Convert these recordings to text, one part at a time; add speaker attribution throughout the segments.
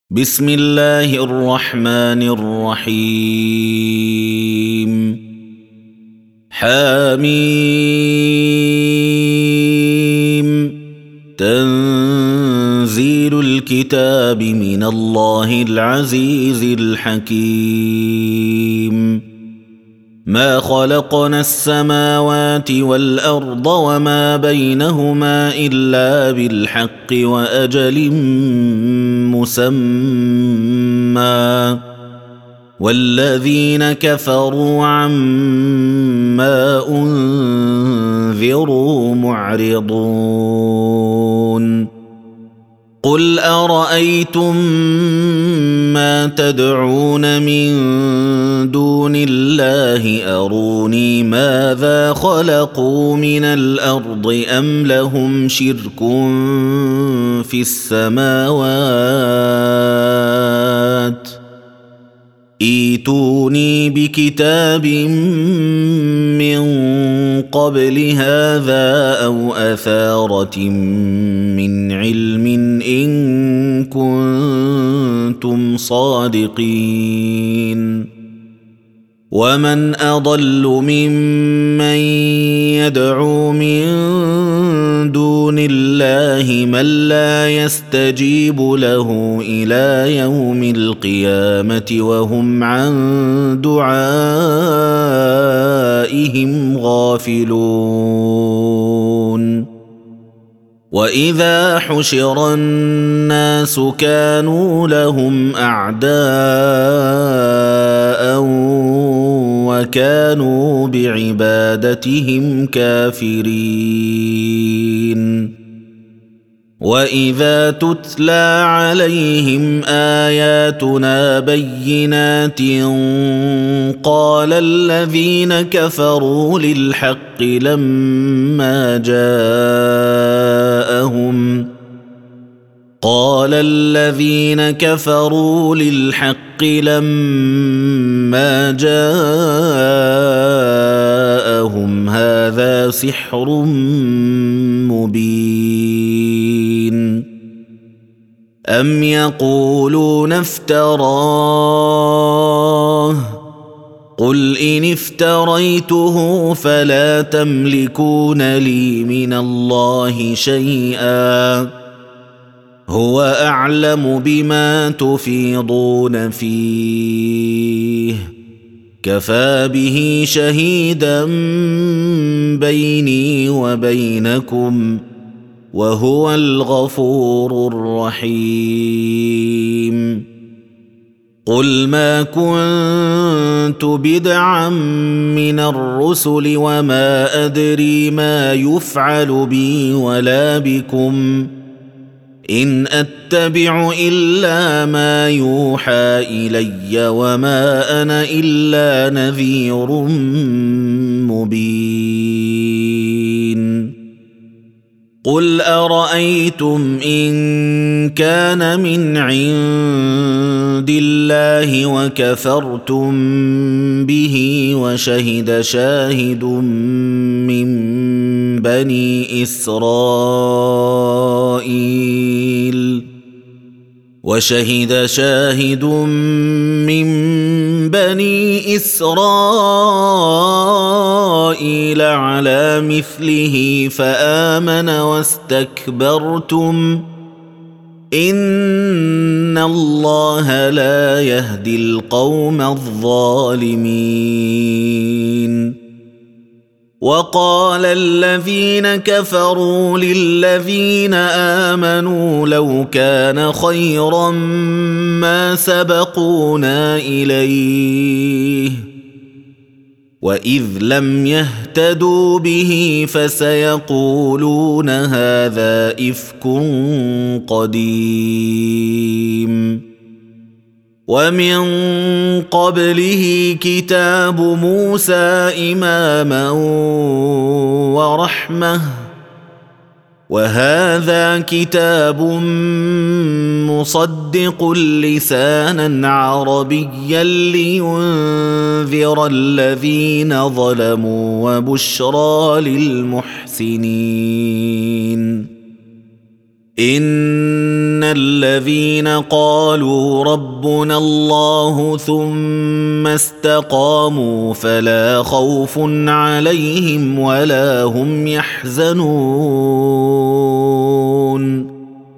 Speaker 1: بسم الله الرحمن الرحيم. حميم. تنزيل الكتاب من الله العزيز الحكيم. ما خلقنا السماوات والأرض وما بينهما إلا بالحق وأجل مسمى والذين كفروا عما أنذروا معرضون. قل أرأيتم ما تدعون من دون الله أروني ماذا خلقوا من الأرض أم لهم شرك في السماوات ائتوني بكتاب من قبل هذا أو أثارة من علم إن كنتم صادقين. ومن أضل ممن يدعو من دون الله من لا يستجيب له إلى يوم القيامة وهم عن دعائهم غافلون. وإذا حشر الناس كانوا لهم أعداء وكانوا بعبادتهم كافرين. وإذا تتلى عليهم آياتنا بينات قال الذين كفروا للحق لما جاءهم هذا سحر مبين. أم يقولون افتراه قل إن افتريته فلا تملكون لي من الله شيئا هو أعلم بما تفيضون فيه كفى به شهيدا بيني وبينكم وهو الغفور الرحيم. قل ما كنت بدعا من الرسل وما أدري ما يفعل بي ولا بكم إن أتبع إلا ما يوحى إلي وما أنا إلا نذير مبين. قل أرأيتم إن كان من عند الله وكفرتم به وشهد شاهد من بني إسرائيل على مثله فآمن واستكبرتم إن الله لا يهدي القوم الظالمين. وقال الذين كفروا للذين آمنوا لو كان خيرا ما سبقونا إليه وإذ لم يهتدوا به فسيقولون هذا إفك قديم. ومن قبله كتاب موسى إماما ورحمة وهذا كتاب مصدق لسانا عربيا لينذر الذين ظلموا وبشرى للمحسنين. إن الذين قالوا ربنا الله ثم استقاموا فلا خوف عليهم ولا هم يحزنون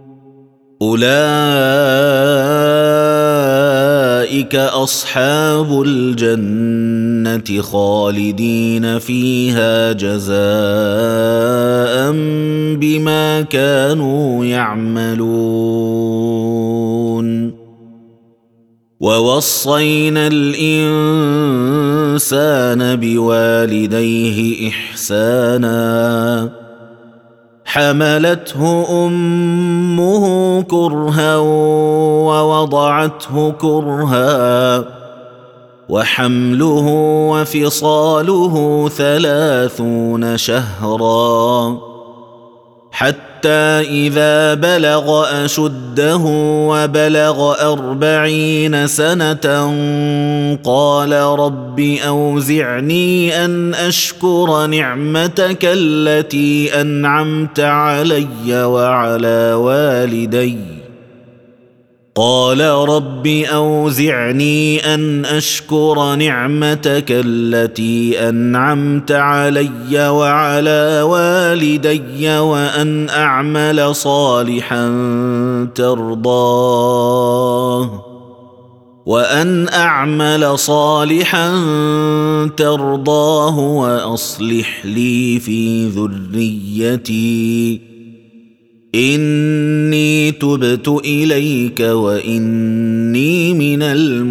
Speaker 1: أولئك أصحاب الجنة خالدين فيها جزاء بما كانوا يعملون ووصينا الإنسان بوالديه إحسانا حملته أمه كرها ووضعته كرها وحمله وفصاله 30 شهرا حتى إذا بلغ أشده وبلغ 40 سنة قال رب أوزعني أن أشكر نعمتك التي أنعمت علي وعلى والدي قال رب أوزعني أن أشكر نعمتك التي أنعمت علي وعلى والدي وأن أعمل صالحا ترضاه وأصلح لي في ذريتي إني تبت إليك وإني من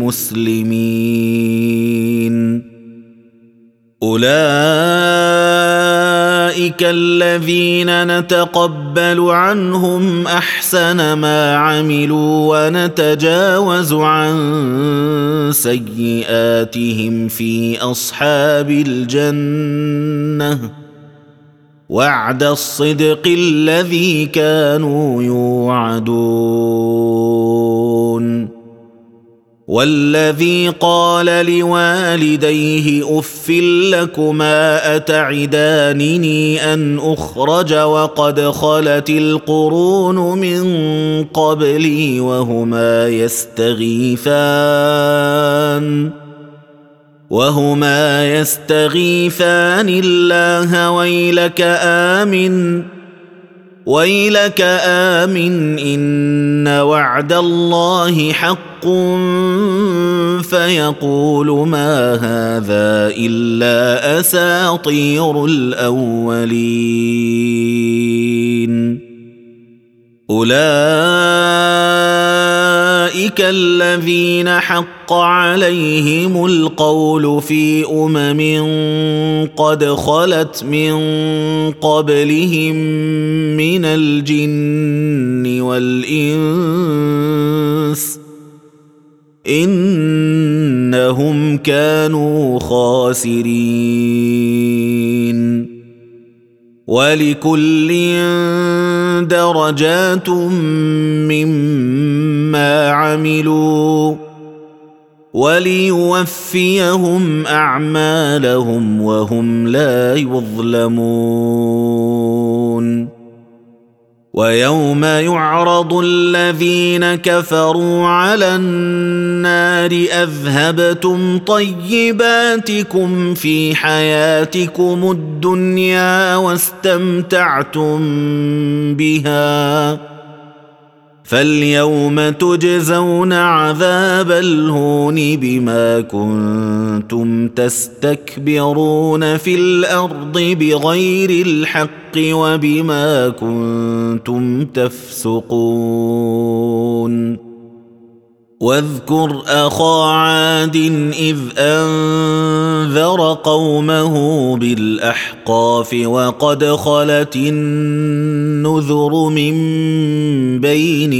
Speaker 1: المسلمين أولئك الذين نتقبل عنهم أحسن ما عملوا ونتجاوز عن سيئاتهم في أصحاب الجنة وعد الصدق الذي كانوا يوعدون والذي قال لوالديه أف لكما أتعدانني أن أخرج وقد خلت القرون من قبلي وهما يستغيثان الله ويلك آمن إن وعد الله حق فيقول ما هذا إلا أساطير الأولين أولئك الذين حق عليهم القول في قد خلت من قبلهم من الجن والإنس إنهم كانوا خاسرين ولكل درجات مما عملوا وليوفيهم أعمالهم وهم لا يظلمون ويوم يعرض الذين كفروا على النار أذهبتم طيباتكم في حياتكم الدنيا واستمتعتم بها فاليوم تجزون عذاب الهون بما كنتم تستكبرون في الأرض بغير الحق وبما كنتم تفسقون واذكر أخا عاد إذ أنذر قومه بالأحقاف وقد خلت النذر من بين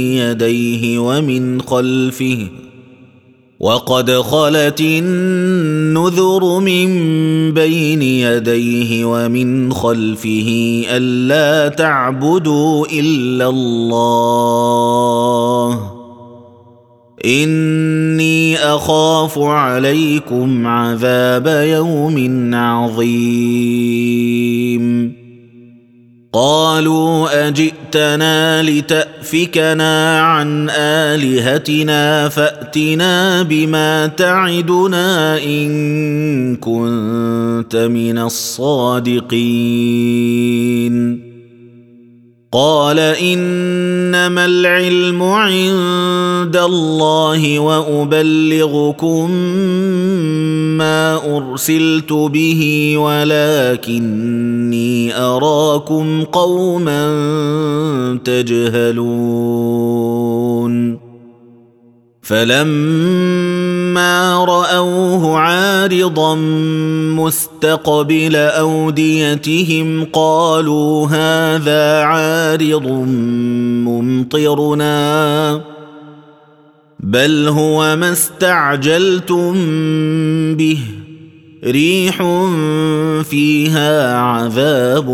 Speaker 1: يديه ومن خلفه ألا تعبدوا إلا الله إني أخاف عليكم عذاب يوم عظيم قالوا أجئتنا لتأفكنا عن آلهتنا فأتنا بما تعدنا إن كنت من الصادقين قال إنما العلم عند الله وأبلغكم ما أرسلت به ولكني أراكم قوما تجهلون فلما رأوه عارضا مستقبل أوديتهم قالوا هذا عارض ممطرنا بل هو ما استعجلتم به ريح فيها عذاب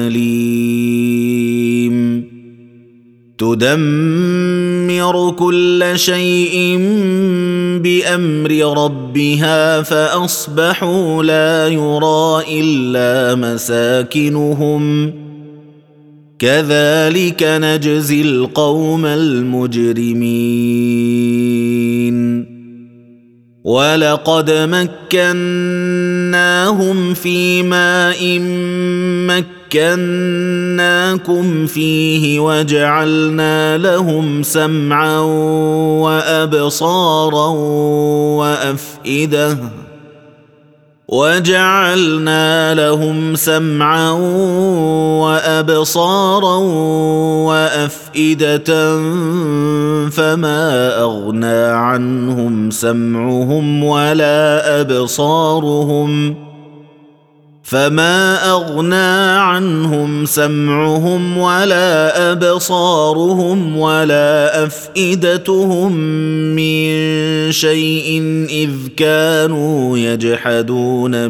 Speaker 1: أليم تدمر كل شيء بأمر ربها فأصبحوا لا يرى إلا مساكنهم كذلك نجزي القوم المجرمين ولقد مكناهم في ماء مكناكم فيه وجعلنا لهم سمعا وأبصارا وأفئدة فما أغنى عنهم سمعهم ولا أبصارهم ولا أفئدتهم من شيء إذ كانوا يجحدون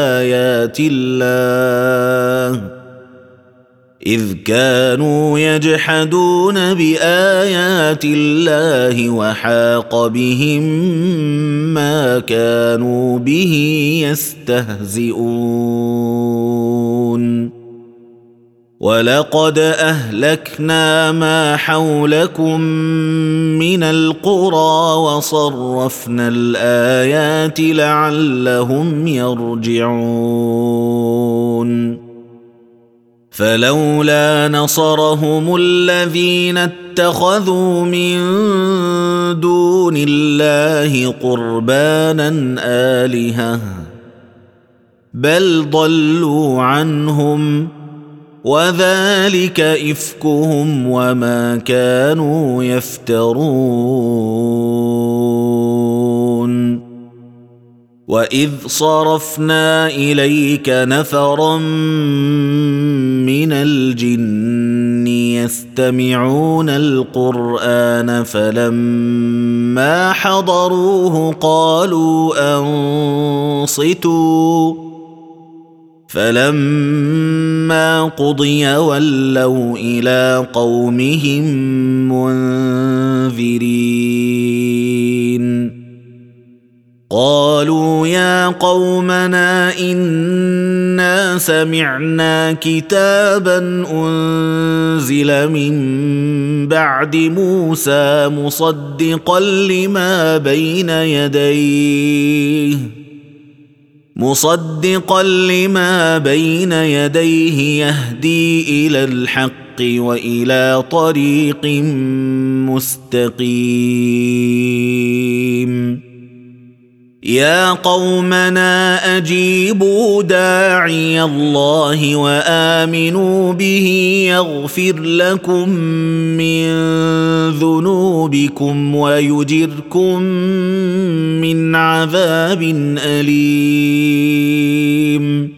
Speaker 1: بآيات الله وحاق بهم ما كانوا به يستهزئون ولقد أهلكنا ما حولكم من القرى وصرفنا الآيات لعلهم يرجعون فلولا نصرهم الذين اتخذوا من دون الله قربانا آلهة بل ضلوا عنهم وذلك إفكهم وما كانوا يفترون وإذ صرفنا إليك نفرا من الجن يستمعون القرآن فلما حضروه قالوا أنصتوا فلما قضي ولوا إلى قومهم منذرين قالوا يا قومنا إنا سمعنا كتابا أنزل من بعد موسى مصدقا لما بين يديه يهدي إلى الحق وإلى طريق مستقيم يا قومنا أجيبوا داعي الله وآمنوا به يغفر لكم من ذنوبكم ويجركم من عذاب أليم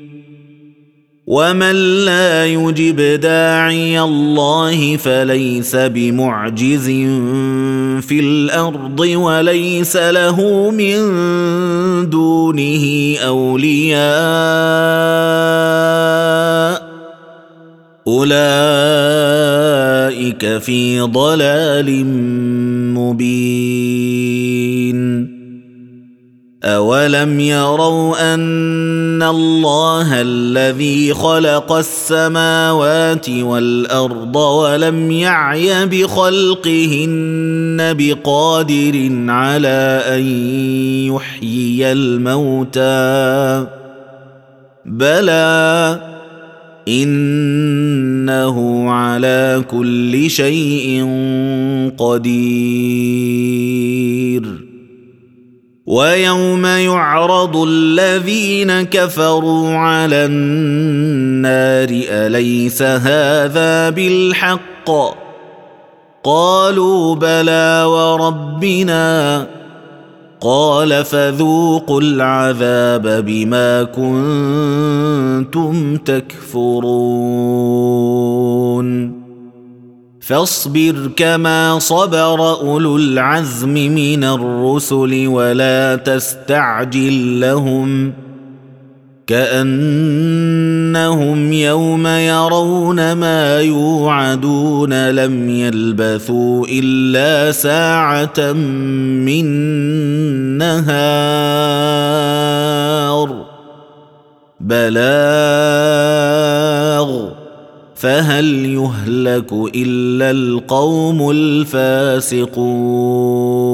Speaker 1: ومن لا يجب داعي الله فليس بمعجز في الأرض وليس له من دونه أولياء أولئك في ضلال مبين أولم يروا أن الله الذي خلق السماوات والأرض ولم يعي بخلقهن بقادر على أن يحيي الموتى بلى إنه على كل شيء قدير ويوم يعرض الذين كفروا على النار أليس هذا بالحق قالوا بلى وربنا قال فذوقوا العذاب بما كنتم تكفرون فاصبر كما صبر أولو العزم من الرسل ولا تستعجل لهم كأنهم يوم يرون ما يوعدون لم يلبثوا إلا ساعة من نهار بلاغ فهل يهلك إلا القوم الفاسقون